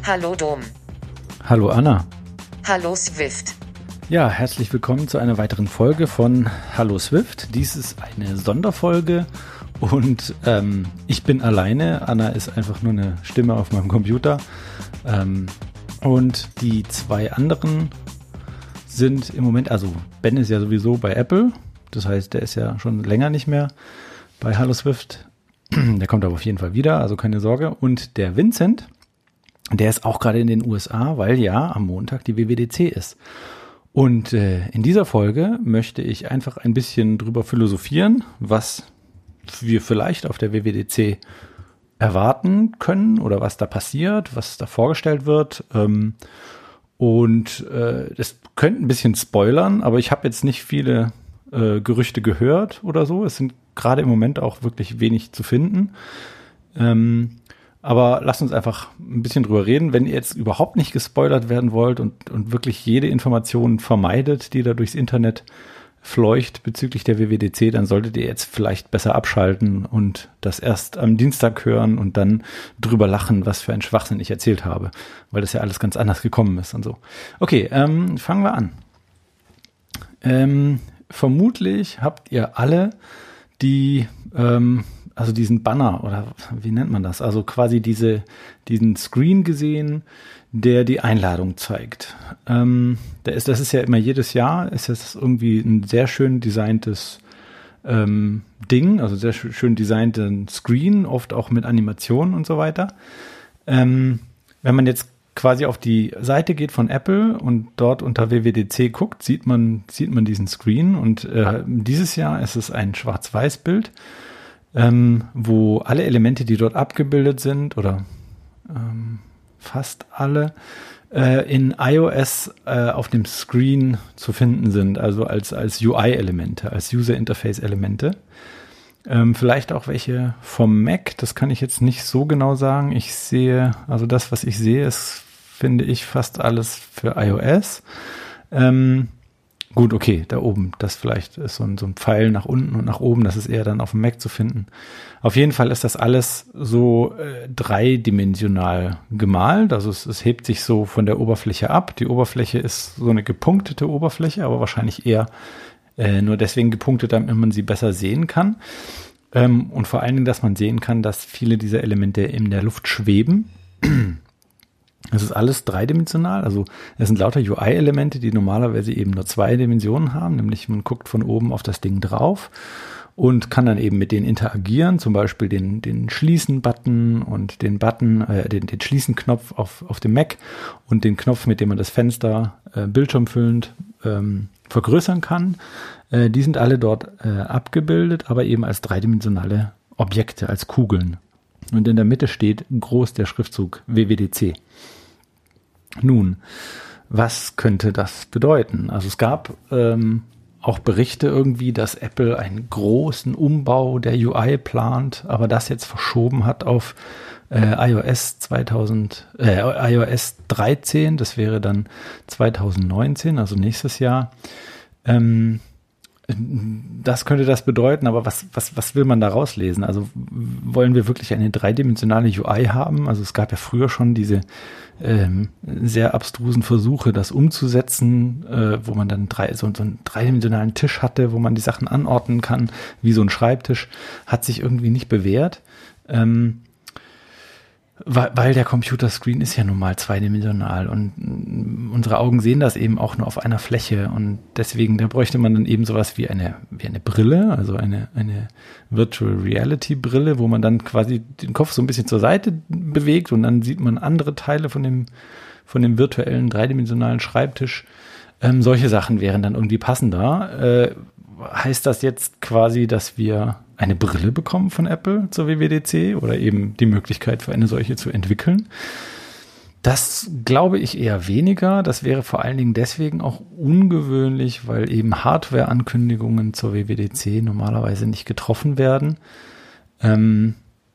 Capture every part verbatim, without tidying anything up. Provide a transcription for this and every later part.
Hallo Dom. Hallo Anna. Hallo Swift. Ja, herzlich willkommen zu einer weiteren Folge von Hallo Swift. Dies ist eine Sonderfolge und ähm, ich bin alleine. Anna ist einfach nur eine Stimme auf meinem Computer. Ähm, und die zwei anderen sind im Moment, also Ben ist ja sowieso bei Apple. Das heißt, der ist ja schon länger nicht mehr bei Hallo Swift. Der kommt aber auf jeden Fall wieder, also keine Sorge. Und der Vincent, der ist auch gerade in den U S A, weil ja am Montag die W W D C ist. Und äh, in dieser Folge möchte ich einfach ein bisschen drüber philosophieren, was wir vielleicht auf der W W D C erwarten können oder was da passiert, was da vorgestellt wird. Ähm, und äh, das könnte ein bisschen spoilern, aber ich habe jetzt nicht viele äh, Gerüchte gehört oder so. Es sind gerade im Moment auch wirklich wenig zu finden. Ähm, aber lasst uns einfach ein bisschen drüber reden. Wenn ihr jetzt überhaupt nicht gespoilert werden wollt und, und wirklich jede Information vermeidet, die da durchs Internet fleucht bezüglich der W W D C, dann solltet ihr jetzt vielleicht besser abschalten und das erst am Dienstag hören und dann drüber lachen, was für ein Schwachsinn ich erzählt habe, weil das ja alles ganz anders gekommen ist und so. Okay, ähm, fangen wir an. Ähm, vermutlich habt ihr alle die ähm, also diesen Banner oder wie nennt man das? Also quasi diese, diesen Screen gesehen, der die Einladung zeigt. Ähm, der ist, das ist ja immer jedes Jahr, ist das irgendwie ein sehr schön designtes ähm, Ding, also sehr schön, schön designten Screen, oft auch mit Animationen und so weiter. Ähm, wenn man jetzt quasi auf die Seite geht von Apple und dort unter W W D C guckt, sieht man, sieht man diesen Screen und äh, dieses Jahr ist es ein Schwarz-Weiß-Bild. Ähm, wo alle Elemente, die dort abgebildet sind, oder ähm, fast alle, äh, in iOS äh, auf dem Screen zu finden sind, also als, als U I-Elemente, als User-Interface-Elemente. Ähm, vielleicht auch welche vom Mac, das kann ich jetzt nicht so genau sagen. Ich sehe, also das, was ich sehe, ist, finde ich, fast alles für iOS. Ähm, Gut, okay, da oben, das vielleicht ist so ein, so ein Pfeil nach unten und nach oben, das ist eher dann auf dem Mac zu finden. Auf jeden Fall ist das alles so äh, dreidimensional gemalt, also es, es hebt sich so von der Oberfläche ab. Die Oberfläche ist so eine gepunktete Oberfläche, aber wahrscheinlich eher äh, nur deswegen gepunktet, damit man sie besser sehen kann. Ähm, und vor allen Dingen, dass man sehen kann, dass viele dieser Elemente in der Luft schweben. Es ist alles dreidimensional, also es sind lauter U I-Elemente, die normalerweise eben nur zwei Dimensionen haben, nämlich man guckt von oben auf das Ding drauf und kann dann eben mit denen interagieren, zum Beispiel den, den Schließen-Button und den Button, äh, den, den Schließen-Knopf auf, auf dem Mac und den Knopf, mit dem man das Fenster äh, bildschirmfüllend ähm, vergrößern kann. Äh, die sind alle dort äh, abgebildet, aber eben als dreidimensionale Objekte, als Kugeln. Und in der Mitte steht groß der Schriftzug W W D C. Nun, was könnte das bedeuten? Also es gab ähm, auch Berichte irgendwie, dass Apple einen großen Umbau der U I plant, aber das jetzt verschoben hat auf äh, iOS zweitausend, äh, iOS dreizehn, das wäre dann zweitausendneunzehn, also nächstes Jahr. Ähm, Das könnte das bedeuten, aber was, was, was will man da rauslesen? Also wollen wir wirklich eine dreidimensionale U I haben? Also es gab ja früher schon diese ähm, sehr abstrusen Versuche, das umzusetzen, äh, wo man dann drei, so, so einen dreidimensionalen Tisch hatte, wo man die Sachen anordnen kann, wie so ein Schreibtisch, hat sich irgendwie nicht bewährt. Ähm, Weil, weil der Computerscreen ist ja nun mal zweidimensional und unsere Augen sehen das eben auch nur auf einer Fläche und deswegen, da bräuchte man dann eben sowas wie eine, wie eine Brille, also eine, eine Virtual Reality Brille, wo man dann quasi den Kopf so ein bisschen zur Seite bewegt und dann sieht man andere Teile von dem, von dem virtuellen dreidimensionalen Schreibtisch. Ähm, solche Sachen wären dann irgendwie passender. Äh, heißt das jetzt quasi, dass wir eine Brille bekommen von Apple zur W W D C oder eben die Möglichkeit für eine solche zu entwickeln? Das glaube ich eher weniger. Das wäre vor allen Dingen deswegen auch ungewöhnlich, weil eben Hardware-Ankündigungen zur W W D C normalerweise nicht getroffen werden. Ähm,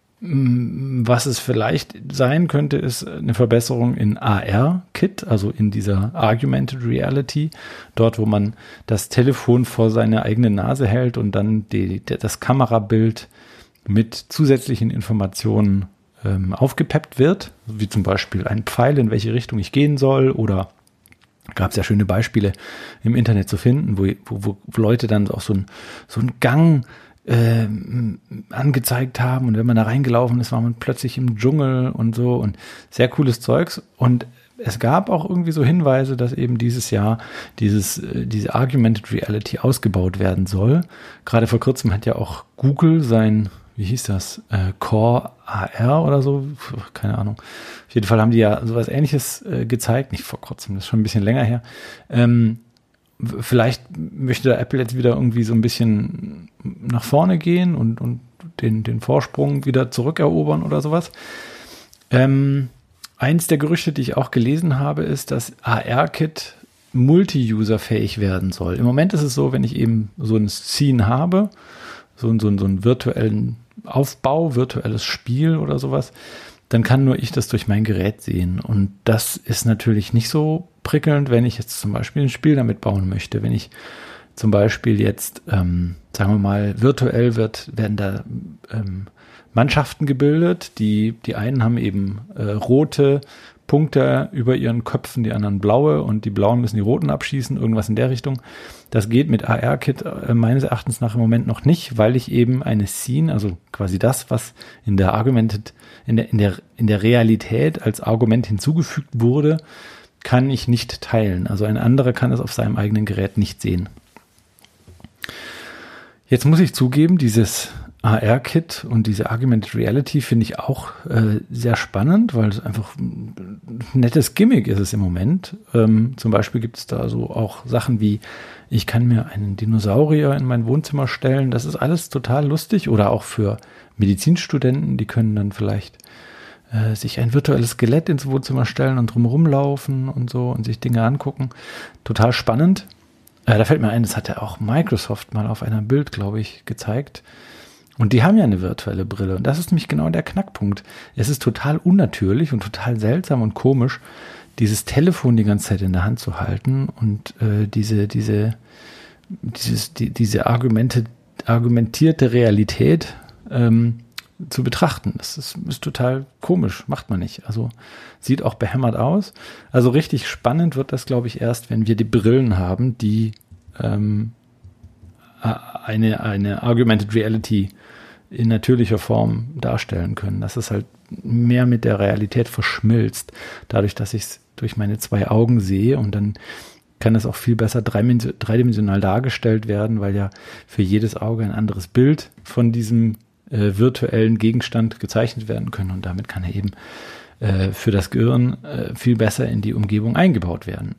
Was es vielleicht sein könnte, ist eine Verbesserung in A R-Kit, also in dieser Augmented Reality, dort, wo man das Telefon vor seine eigene Nase hält und dann die, das Kamerabild mit zusätzlichen Informationen ähm, aufgepeppt wird, wie zum Beispiel ein Pfeil, in welche Richtung ich gehen soll, oder gab es ja schöne Beispiele im Internet zu finden, wo, wo, wo Leute dann auch so, ein, so einen Gang äh, angezeigt haben, und wenn man da reingelaufen ist, war man plötzlich im Dschungel und so, und sehr cooles Zeugs. Und es gab auch irgendwie so Hinweise, dass eben dieses Jahr dieses, diese Augmented Reality ausgebaut werden soll. Gerade vor kurzem hat ja auch Google sein, wie hieß das, äh, Core A R oder so, keine Ahnung. Auf jeden Fall haben die ja sowas Ähnliches äh, gezeigt, nicht vor kurzem, das ist schon ein bisschen länger her. Ähm, vielleicht möchte da Apple jetzt wieder irgendwie so ein bisschen nach vorne gehen und, und den, den Vorsprung wieder zurückerobern oder sowas. Ähm, Eins der Gerüchte, die ich auch gelesen habe, ist, dass A R-Kit multi-user-fähig werden soll. Im Moment ist es so, wenn ich eben so ein Scene habe, so, so, so einen virtuellen Aufbau, virtuelles Spiel oder sowas, dann kann nur ich das durch mein Gerät sehen. Und das ist natürlich nicht so prickelnd, wenn ich jetzt zum Beispiel ein Spiel damit bauen möchte. Wenn ich zum Beispiel jetzt, ähm, sagen wir mal, virtuell wird, werden da ähm, Mannschaften gebildet, die, die einen haben eben äh, rote Punkte über ihren Köpfen, die anderen blaue, und die blauen müssen die roten abschießen, irgendwas in der Richtung. Das geht mit A R-Kit äh, meines Erachtens nach im Moment noch nicht, weil ich eben eine Scene, also quasi das, was in der Argumented, in der, in der, in der Realität als Argument hinzugefügt wurde, kann ich nicht teilen. Also ein anderer kann es auf seinem eigenen Gerät nicht sehen. Jetzt muss ich zugeben, dieses A R-Kit und diese Augmented Reality finde ich auch äh, sehr spannend, weil es einfach ein nettes Gimmick ist es im Moment. Ähm, zum Beispiel gibt es da so auch Sachen wie, ich kann mir einen Dinosaurier in mein Wohnzimmer stellen. Das ist alles total lustig. Oder auch für Medizinstudenten, die können dann vielleicht äh, sich ein virtuelles Skelett ins Wohnzimmer stellen und drumherum laufen und so und sich Dinge angucken. Total spannend. Äh, da fällt mir ein, das hat ja auch Microsoft mal auf einem Bild, glaube ich, gezeigt. Und die haben ja eine virtuelle Brille. Und das ist nämlich genau der Knackpunkt. Es ist total unnatürlich und total seltsam und komisch, dieses Telefon die ganze Zeit in der Hand zu halten und äh, diese, diese, dieses, die, diese Argumente, argumentierte Realität ähm, zu betrachten. Das ist, ist total komisch, macht man nicht. Also sieht auch behämmert aus. Also richtig spannend wird das, glaube ich, erst, wenn wir die Brillen haben, die ähm, eine, eine Augmented Reality in natürlicher Form darstellen können. Dass es halt mehr mit der Realität verschmilzt, dadurch, dass ich es durch meine zwei Augen sehe, und dann kann es auch viel besser dreidimensional dargestellt werden, weil ja für jedes Auge ein anderes Bild von diesem äh, virtuellen Gegenstand gezeichnet werden können, und damit kann er eben äh, für das Gehirn äh, viel besser in die Umgebung eingebaut werden.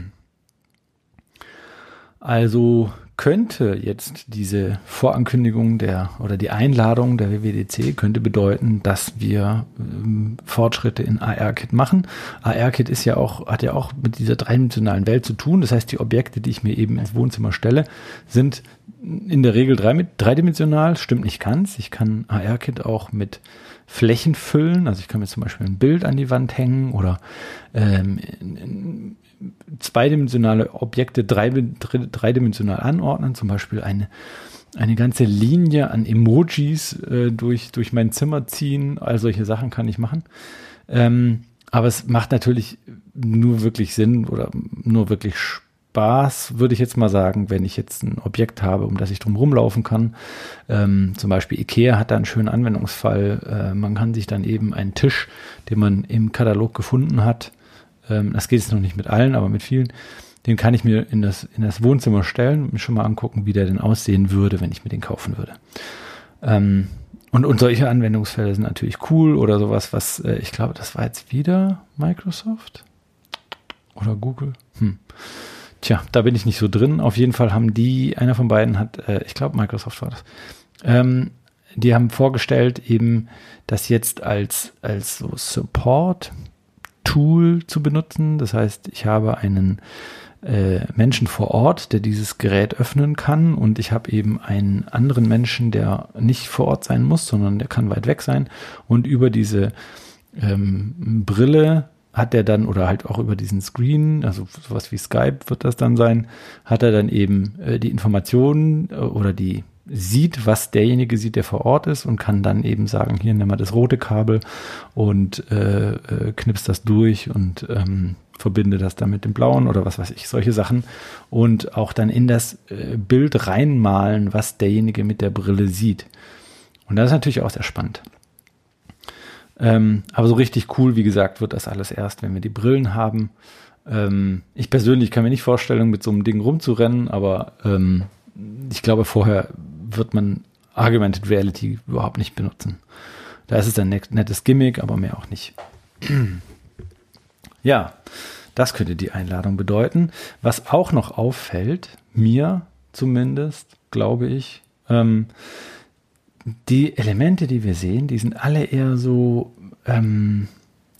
Also könnte jetzt diese Vorankündigung der oder die Einladung der W W D C könnte bedeuten, dass wir ähm, Fortschritte in A R-Kit machen. A R-Kit ist ja auch, hat ja auch mit dieser dreidimensionalen Welt zu tun. Das heißt, die Objekte, die ich mir eben ins Wohnzimmer stelle, sind in der Regel drei, dreidimensional. Stimmt nicht ganz. Ich kann A R-Kit auch mit Flächen füllen. Also ich kann mir zum Beispiel ein Bild an die Wand hängen oder ähm, in, in, zweidimensionale Objekte drei, dreidimensional anordnen, zum Beispiel eine, eine ganze Linie an Emojis äh, durch, durch mein Zimmer ziehen. All solche Sachen kann ich machen. Ähm, aber es macht natürlich nur wirklich Sinn oder nur wirklich Spaß, würde ich jetzt mal sagen, wenn ich jetzt ein Objekt habe, um das ich drum rumlaufen kann. Ähm, zum Beispiel Ikea hat da einen schönen Anwendungsfall. Äh, man kann sich dann eben einen Tisch, den man im Katalog gefunden hat, das geht jetzt noch nicht mit allen, aber mit vielen, den kann ich mir in das, in das Wohnzimmer stellen und mir schon mal angucken, wie der denn aussehen würde, wenn ich mir den kaufen würde. Ähm, und, und solche Anwendungsfälle sind natürlich cool, oder sowas, was, äh, ich glaube, das war jetzt wieder Microsoft oder Google. Hm. Tja, da bin ich nicht so drin. Auf jeden Fall haben die, einer von beiden hat, äh, ich glaube, Microsoft war das, ähm, die haben vorgestellt eben, das jetzt als, als so Support Tool zu benutzen. Das heißt, ich habe einen äh, Menschen vor Ort, der dieses Gerät öffnen kann, und ich habe eben einen anderen Menschen, der nicht vor Ort sein muss, sondern der kann weit weg sein, und über diese ähm, Brille hat er dann, oder halt auch über diesen Screen, also sowas wie Skype wird das dann sein, hat er dann eben äh, die Informationen äh, oder die sieht, was derjenige sieht, der vor Ort ist und kann dann eben sagen, hier nimm mal das rote Kabel und äh, äh, knipst das durch und ähm, verbinde das dann mit dem blauen oder was weiß ich, solche Sachen und auch dann in das äh, Bild reinmalen, was derjenige mit der Brille sieht. Und das ist natürlich auch sehr spannend. Ähm, aber so richtig cool, wie gesagt, wird das alles erst, wenn wir die Brillen haben. Ähm, ich persönlich kann mir nicht vorstellen, mit so einem Ding rumzurennen, aber ähm, ich glaube, vorher wird man Augmented Reality überhaupt nicht benutzen. Da ist es ein net- nettes Gimmick, aber mehr auch nicht. Ja, das könnte die Einladung bedeuten. Was auch noch auffällt, mir zumindest, glaube ich, ähm, die Elemente, die wir sehen, die sind alle eher so, ähm,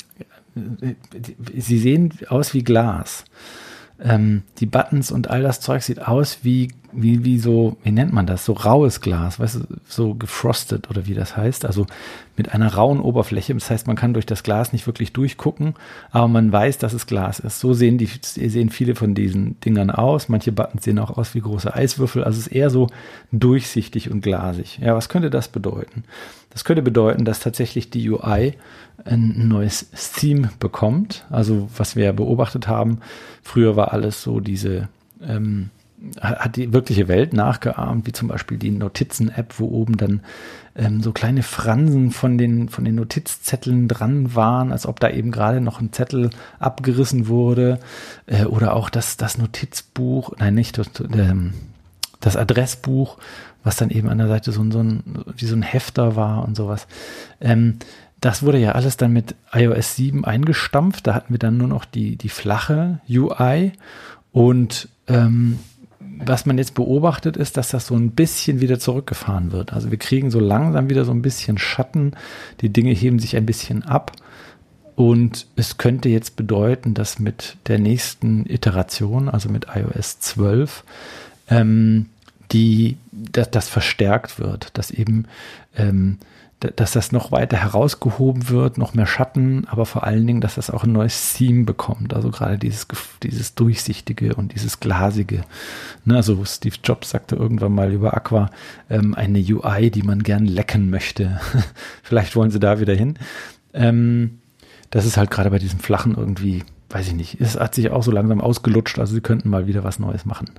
sie sehen aus wie Glas. Ähm, die Buttons und all das Zeug sieht aus wie, wie, wie so, wie nennt man das? So raues Glas, weißt du, so gefrostet oder wie das heißt. Also mit einer rauen Oberfläche. Das heißt, man kann durch das Glas nicht wirklich durchgucken, aber man weiß, dass es Glas ist. So sehen die, sehen viele von diesen Dingern aus. Manche Buttons sehen auch aus wie große Eiswürfel. Also es ist eher so durchsichtig und glasig. Ja, was könnte das bedeuten? Das könnte bedeuten, dass tatsächlich die U I ein neues Theme bekommt. Also was wir ja beobachtet haben, früher war alles so diese, ähm, hat die wirkliche Welt nachgeahmt, wie zum Beispiel die Notizen-App, wo oben dann ähm, so kleine Fransen von den, von den Notizzetteln dran waren, als ob da eben gerade noch ein Zettel abgerissen wurde. Äh, oder auch das, das Notizbuch, nein, nicht das, ähm, das Adressbuch, was dann eben an der Seite so ein, so ein, wie so ein Hefter war und sowas. Ähm, das wurde ja alles dann mit i O S sieben eingestampft. Da hatten wir dann nur noch die, die flache U I. Und ähm, was man jetzt beobachtet, ist, dass das so ein bisschen wieder zurückgefahren wird. Also wir kriegen so langsam wieder so ein bisschen Schatten. Die Dinge heben sich ein bisschen ab. Und es könnte jetzt bedeuten, dass mit der nächsten Iteration, also mit i O S zwölf, ähm, die, dass das verstärkt wird, dass eben, ähm, dass das noch weiter herausgehoben wird, noch mehr Schatten, aber vor allen Dingen, dass das auch ein neues Theme bekommt, also gerade dieses, dieses Durchsichtige und dieses Glasige. Ne, also Steve Jobs sagte irgendwann mal über Aqua, ähm, eine U I, die man gern lecken möchte. Vielleicht wollen sie da wieder hin. Ähm, das ist halt gerade bei diesem Flachen irgendwie, weiß ich nicht, es hat sich auch so langsam ausgelutscht, also sie könnten mal wieder was Neues machen.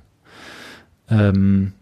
Ähm,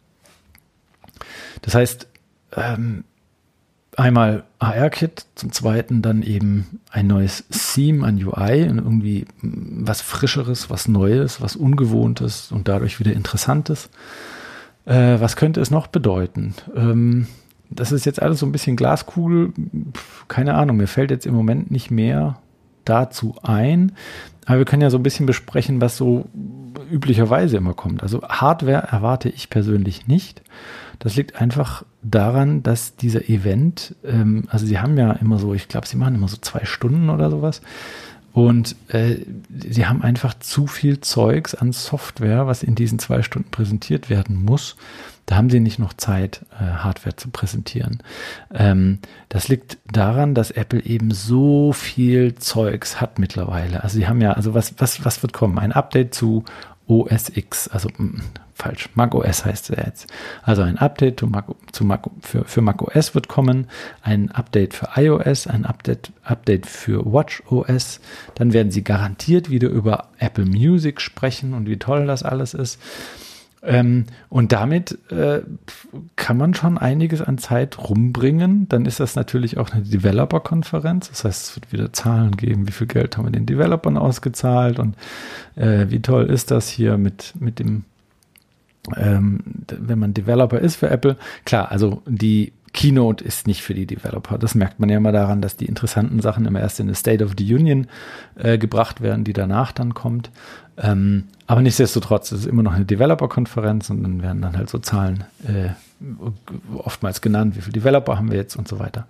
das heißt, ähm, einmal A R-Kit, zum zweiten dann eben ein neues Theme an U I und irgendwie was Frischeres, was Neues, was Ungewohntes und dadurch wieder Interessantes. Äh, was könnte es noch bedeuten? Ähm, das ist jetzt alles so ein bisschen Glaskugel, keine Ahnung, mir fällt jetzt im Moment nicht mehr dazu ein, aber wir können ja so ein bisschen besprechen, was so üblicherweise immer kommt. Also Hardware erwarte ich persönlich nicht. Das liegt einfach daran, dass dieser Event, ähm, also sie haben ja immer so, ich glaube, sie machen immer so zwei Stunden oder sowas und äh, sie haben einfach zu viel Zeugs an Software, was in diesen zwei Stunden präsentiert werden muss. Da haben sie nicht noch Zeit, äh, Hardware zu präsentieren. Ähm, das liegt daran, dass Apple eben so viel Zeugs hat mittlerweile. Also sie haben ja, also was, was, was wird kommen? Ein Update zu O S X, also mh, falsch, macOS heißt es ja jetzt. Also ein Update zu Mac, zu Mac, für, für macOS wird kommen, ein Update für iOS, ein Update, Update für WatchOS. Dann werden sie garantiert wieder über Apple Music sprechen und wie toll das alles ist. Ähm, und damit äh, kann man schon einiges an Zeit rumbringen. Dann ist das natürlich auch eine Developer-Konferenz. Das heißt, es wird wieder Zahlen geben, wie viel Geld haben wir den Developern ausgezahlt und äh, wie toll ist das hier mit, mit dem, ähm, wenn man Developer ist für Apple. Klar, also die Keynote ist nicht für die Developer. Das merkt man ja immer daran, dass die interessanten Sachen immer erst in the State of the Union äh, gebracht werden, die danach dann kommt. Ähm, aber nichtsdestotrotz ist es immer noch eine Developer-Konferenz und dann werden dann halt so Zahlen äh, oftmals genannt, wie viele Developer haben wir jetzt und so weiter.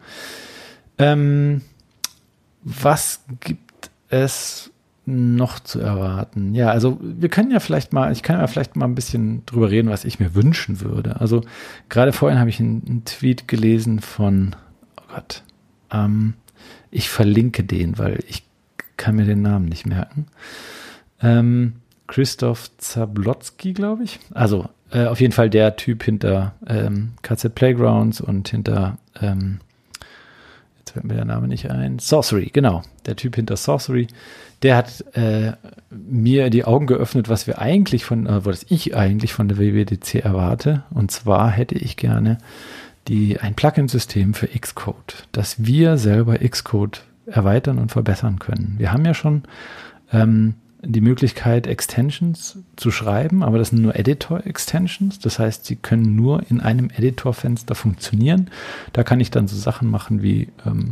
Ähm, was gibt es noch zu erwarten? Ja, also wir können ja vielleicht mal, ich kann ja vielleicht mal ein bisschen drüber reden, was ich mir wünschen würde. Also gerade vorhin habe ich einen, einen Tweet gelesen von, oh Gott, ähm, ich verlinke den, weil ich kann mir den Namen nicht merken. Ähm, Christoph Zablotzky, glaube ich. Also äh, auf jeden Fall der Typ hinter ähm, K Z Playgrounds und hinter, ähm, jetzt fällt mir der Name nicht ein, Sorcery, genau, der Typ hinter Sorcery, der hat äh, mir die Augen geöffnet, was wir eigentlich von, äh, was ich eigentlich von der W W D C erwarte. Und zwar hätte ich gerne die, ein Plugin-System für Xcode, dass wir selber Xcode erweitern und verbessern können. Wir haben ja schon ähm, die Möglichkeit, Extensions zu schreiben, aber das sind nur Editor-Extensions. Das heißt, sie können nur in einem Editor-Fenster funktionieren. Da kann ich dann so Sachen machen wie, ähm,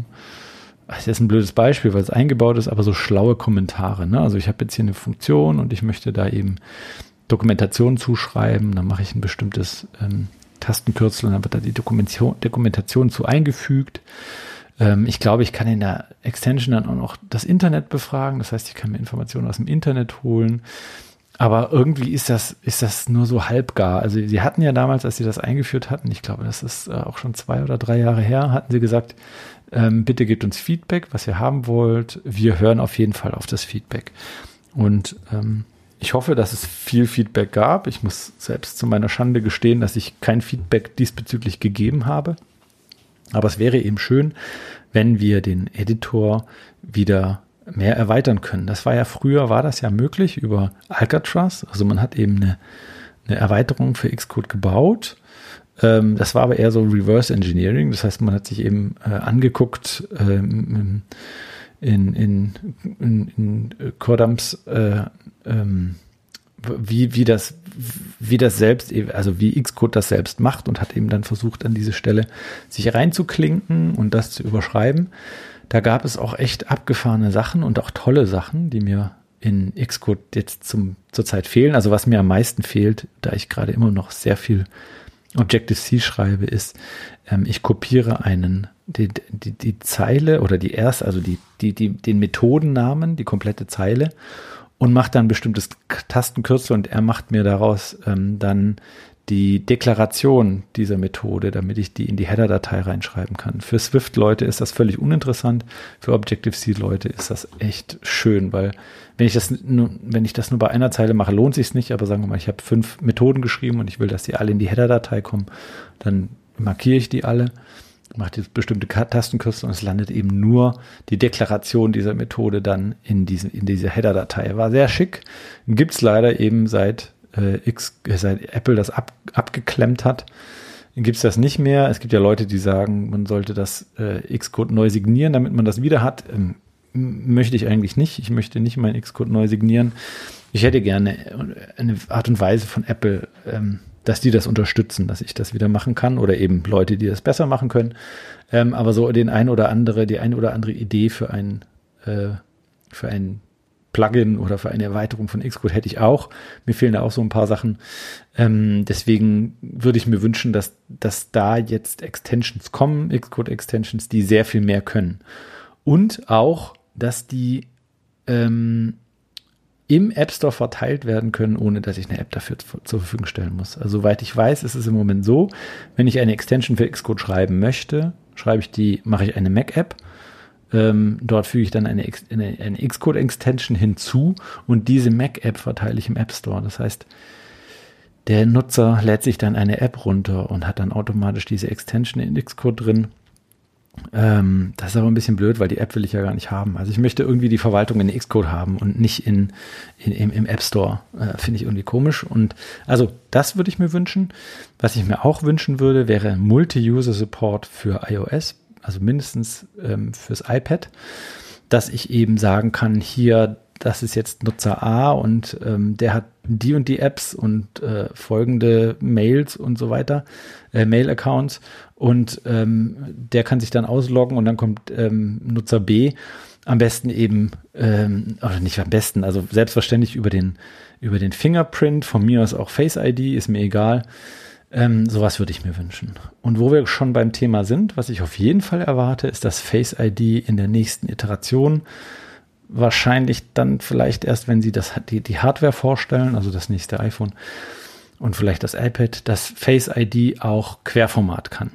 das ist ein blödes Beispiel, weil es eingebaut ist, aber so schlaue Kommentare. Ne? Also ich habe jetzt hier eine Funktion und ich möchte da eben Dokumentation zuschreiben. Dann mache ich ein bestimmtes ähm, Tastenkürzel und dann wird da die Dokumentation, Dokumentation zu eingefügt. Ähm, ich glaube, ich kann in der Extension dann auch noch das Internet befragen. Das heißt, ich kann mir Informationen aus dem Internet holen. Aber irgendwie ist das, ist das nur so halbgar. Also sie hatten ja damals, als sie das eingeführt hatten, ich glaube, das ist äh, auch schon zwei oder drei Jahre her, hatten sie gesagt, ähm, bitte gebt uns Feedback, was ihr haben wollt. Wir hören auf jeden Fall auf das Feedback. Und ähm, ich hoffe, dass es viel Feedback gab. Ich muss selbst zu meiner Schande gestehen, dass ich kein Feedback diesbezüglich gegeben habe. Aber es wäre eben schön, wenn wir den Editor wieder mehr erweitern können. Das war ja früher, war das ja möglich über Alcatraz. Also man hat eben eine, eine Erweiterung für Xcode gebaut. Ähm, das war aber eher so Reverse Engineering. Das heißt, man hat sich eben äh, angeguckt ähm, in, in, in, in Cordams äh, ähm, wie, wie das, wie das selbst, also wie Xcode das selbst macht und hat eben dann versucht, an diese Stelle sich reinzuklinken und das zu überschreiben. Da gab es auch echt abgefahrene Sachen und auch tolle Sachen, die mir in Xcode jetzt zum, zurzeit fehlen. Also was mir am meisten fehlt, da ich gerade immer noch sehr viel Objective-C schreibe, ist, ähm, ich kopiere einen, die, die, die Zeile oder die erste, also die, die, die, den Methodennamen, die komplette Zeile und mache dann ein bestimmtes Tastenkürzel und er macht mir daraus ähm, dann die Deklaration dieser Methode, damit ich die in die Header-Datei reinschreiben kann. Für Swift-Leute ist das völlig uninteressant, für Objective-C-Leute ist das echt schön, weil wenn ich das nur, wenn ich das nur bei einer Zeile mache, lohnt sich es nicht, aber sagen wir mal, ich habe fünf Methoden geschrieben und ich will, dass die alle in die Header-Datei kommen, dann markiere ich die alle, mache die bestimmte Tastenkürzel und es landet eben nur die Deklaration dieser Methode dann in, diesen, in diese Header-Datei. War sehr schick, gibt's leider eben seit X, seit Apple das ab, abgeklemmt hat, gibt es das nicht mehr. Es gibt ja Leute, die sagen, man sollte das äh, Xcode neu signieren, damit man das wieder hat. Ähm, möchte ich eigentlich nicht. Ich möchte nicht mein Xcode neu signieren. Ich hätte gerne eine Art und Weise von Apple, ähm, dass die das unterstützen, dass ich das wieder machen kann oder eben Leute, die das besser machen können. Ähm, aber so den ein oder andere, die eine oder andere Idee für ein, äh, für ein Plugin oder für eine Erweiterung von Xcode hätte ich auch. Mir fehlen da auch so ein paar Sachen. Ähm, deswegen würde ich mir wünschen, dass, dass da jetzt Extensions kommen, Xcode-Extensions, die sehr viel mehr können. Und auch, dass die ähm, im App Store verteilt werden können, ohne dass ich eine App dafür zur Verfügung stellen muss. Also soweit ich weiß, ist es im Moment so, wenn ich eine Extension für Xcode schreiben möchte, schreibe ich die, mache ich eine Mac-App. Ähm, dort füge ich dann eine, eine, eine Xcode-Extension hinzu und diese Mac-App verteile ich im App Store. Das heißt, der Nutzer lädt sich dann eine App runter und hat dann automatisch diese Extension in Xcode drin. Ähm, das ist aber ein bisschen blöd, weil die App will ich ja gar nicht haben. Also ich möchte irgendwie die Verwaltung in Xcode haben und nicht in, in, im, im App Store. Äh, finde ich irgendwie komisch. Und also das würde ich mir wünschen. Was ich mir auch wünschen würde, wäre Multi-User-Support für iOS. Also mindestens ähm, fürs iPad, dass ich eben sagen kann, hier, das ist jetzt Nutzer A und ähm, der hat die und die Apps und äh, folgende Mails und so weiter, äh, Mail-Accounts und ähm, der kann sich dann ausloggen und dann kommt ähm, Nutzer B, am besten eben, ähm, oder nicht am besten, also selbstverständlich über den, über den Fingerprint, von mir aus auch Face I D, ist mir egal. Ähm, sowas würde ich mir wünschen. Und wo wir schon beim Thema sind, was ich auf jeden Fall erwarte, ist das Face I D in der nächsten Iteration. Wahrscheinlich dann vielleicht erst, wenn sie das, die, die Hardware vorstellen, also das nächste iPhone und vielleicht das iPad, dass Face I D auch Querformat kann.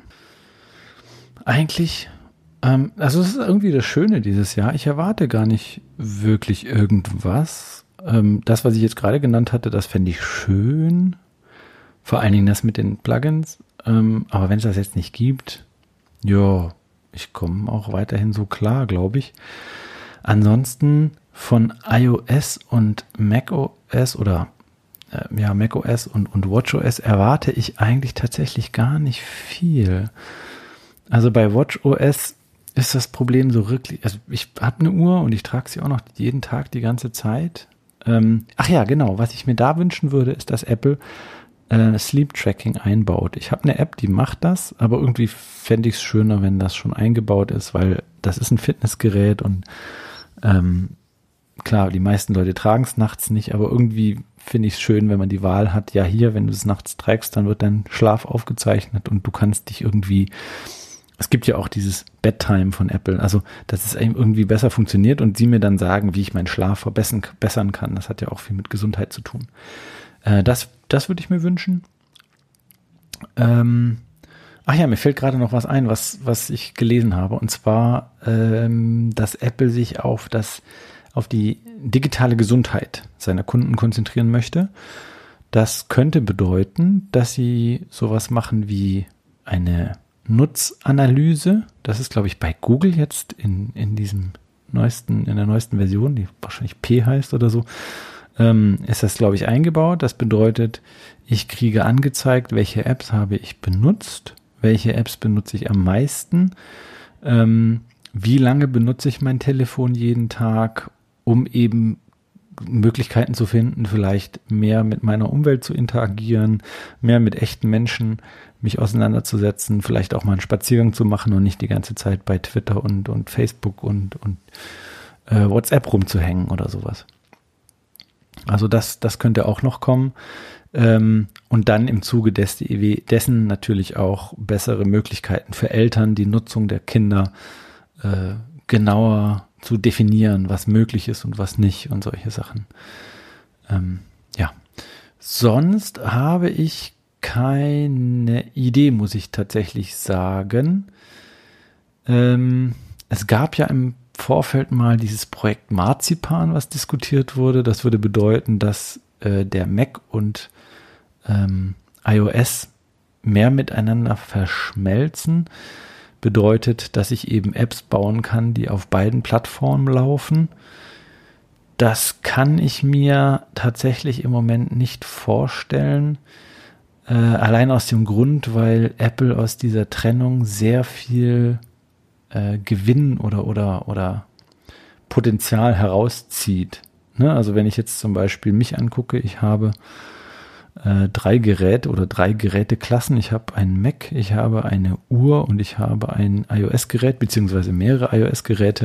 Eigentlich, ähm, also es ist irgendwie das Schöne dieses Jahr. Ich erwarte gar nicht wirklich irgendwas. Ähm, das, was ich jetzt gerade genannt hatte, das fände ich schön. Vor allen Dingen das mit den Plugins. Ähm, aber wenn es das jetzt nicht gibt, ja, ich komme auch weiterhin so klar, glaube ich. Ansonsten von iOS und macOS oder äh, ja, macOS und, und watchOS erwarte ich eigentlich tatsächlich gar nicht viel. Also bei watchOS ist das Problem so wirklich, also ich habe eine Uhr und ich trage sie auch noch jeden Tag die ganze Zeit. Ähm, ach ja, genau, was ich mir da wünschen würde, ist, dass Apple äh, Sleep Tracking einbaut. Ich habe eine App, die macht das, aber irgendwie fände ich es schöner, wenn das schon eingebaut ist, weil das ist ein Fitnessgerät und ähm, klar, die meisten Leute tragen es nachts nicht, aber irgendwie finde ich es schön, wenn man die Wahl hat, ja hier, wenn du es nachts trägst, dann wird dein Schlaf aufgezeichnet und du kannst dich irgendwie, es gibt ja auch dieses Bedtime von Apple, also dass es irgendwie besser funktioniert und sie mir dann sagen, wie ich meinen Schlaf verbessern, bessern kann. Das hat ja auch viel mit Gesundheit zu tun. Äh, das, das würde ich mir wünschen. Ähm, ach ja, mir fällt gerade noch was ein, was, was ich gelesen habe, und zwar, ähm, dass Apple sich auf das auf die digitale Gesundheit seiner Kunden konzentrieren möchte. Das könnte bedeuten, dass sie sowas machen wie eine Nutzanalyse. Das ist, glaube ich, bei Google jetzt in, in diesem neuesten, in der neuesten Version, die wahrscheinlich P heißt oder so, ähm, ist das, glaube ich, eingebaut. Das bedeutet, ich kriege angezeigt, welche Apps habe ich benutzt, welche Apps benutze ich am meisten, ähm, wie lange benutze ich mein Telefon jeden Tag, um eben Möglichkeiten zu finden, vielleicht mehr mit meiner Umwelt zu interagieren, mehr mit echten Menschen mich auseinanderzusetzen, vielleicht auch mal einen Spaziergang zu machen und nicht die ganze Zeit bei Twitter und, und Facebook und, und äh, WhatsApp rumzuhängen oder sowas. Also das, das könnte auch noch kommen. Ähm, und dann im Zuge des, dessen natürlich auch bessere Möglichkeiten für Eltern, die Nutzung der Kinder äh, genauer zu definieren, was möglich ist und was nicht und solche Sachen. Ähm, ja. Sonst habe ich keine Idee, muss ich tatsächlich sagen. Ähm, es gab ja im Vorfeld mal dieses Projekt Marzipan, was diskutiert wurde. Das würde bedeuten, dass äh, der Mac und ähm, iOS mehr miteinander verschmelzen. Bedeutet, dass ich eben Apps bauen kann, die auf beiden Plattformen laufen. Das kann ich mir tatsächlich im Moment nicht vorstellen. Äh, allein aus dem Grund, weil Apple aus dieser Trennung sehr viel äh, Gewinn oder, oder, oder Potenzial herauszieht. Ne? Also wenn ich jetzt zum Beispiel mich angucke, ich habe äh, drei Geräte oder drei Geräteklassen. Ich habe einen Mac, ich habe eine Uhr und ich habe ein iOS-Gerät, beziehungsweise mehrere iOS-Geräte.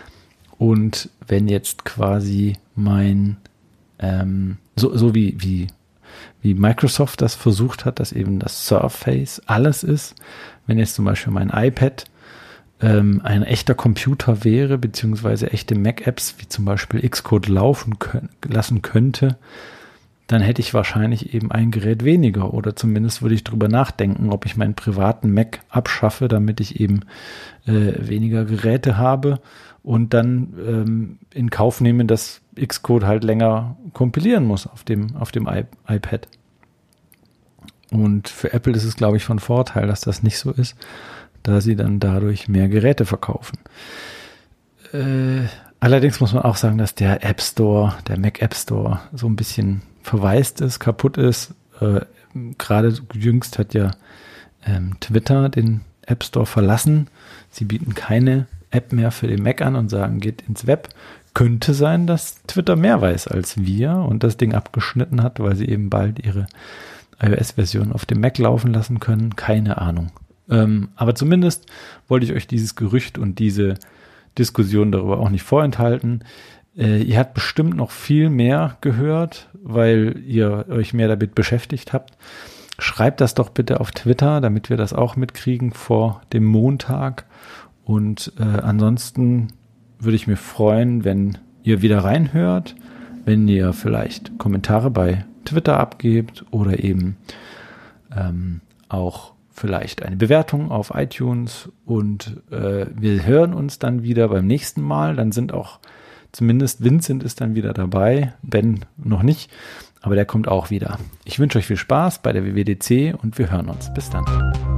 Und wenn jetzt quasi mein, ähm, so, so wie, wie, wie Microsoft das versucht hat, dass eben das Surface alles ist, wenn jetzt zum Beispiel mein iPad ähm, ein echter Computer wäre, beziehungsweise echte Mac-Apps, wie zum Beispiel Xcode laufen können, lassen könnte, dann hätte ich wahrscheinlich eben ein Gerät weniger oder zumindest würde ich drüber nachdenken, ob ich meinen privaten Mac abschaffe, damit ich eben äh, weniger Geräte habe und dann ähm, in Kauf nehme, dass Xcode halt länger kompilieren muss auf dem, auf dem I- iPad. Und für Apple ist es, glaube ich, von Vorteil, dass das nicht so ist, da sie dann dadurch mehr Geräte verkaufen. Äh, allerdings muss man auch sagen, dass der App Store, der Mac App Store so ein bisschen verwaist ist, kaputt ist. Äh, gerade jüngst hat ja ähm, Twitter den App Store verlassen. Sie bieten keine App mehr für den Mac an und sagen, geht ins Web. Könnte sein, dass Twitter mehr weiß als wir und das Ding abgeschnitten hat, weil sie eben bald ihre iOS-Version auf dem Mac laufen lassen können. Keine Ahnung. Ähm, aber zumindest wollte ich euch dieses Gerücht und diese Diskussion darüber auch nicht vorenthalten. Äh, ihr habt bestimmt noch viel mehr gehört, weil ihr euch mehr damit beschäftigt habt. Schreibt das doch bitte auf Twitter, damit wir das auch mitkriegen vor dem Montag. Und äh, ansonsten würde ich mich freuen, wenn ihr wieder reinhört, wenn ihr vielleicht Kommentare bei Twitter abgebt oder eben ähm, auch vielleicht eine Bewertung auf iTunes und äh, wir hören uns dann wieder beim nächsten Mal. Dann sind auch Zumindest Vincent ist dann wieder dabei, Ben noch nicht, aber der kommt auch wieder. Ich wünsche euch viel Spaß bei der W W D C und wir hören uns. Bis dann.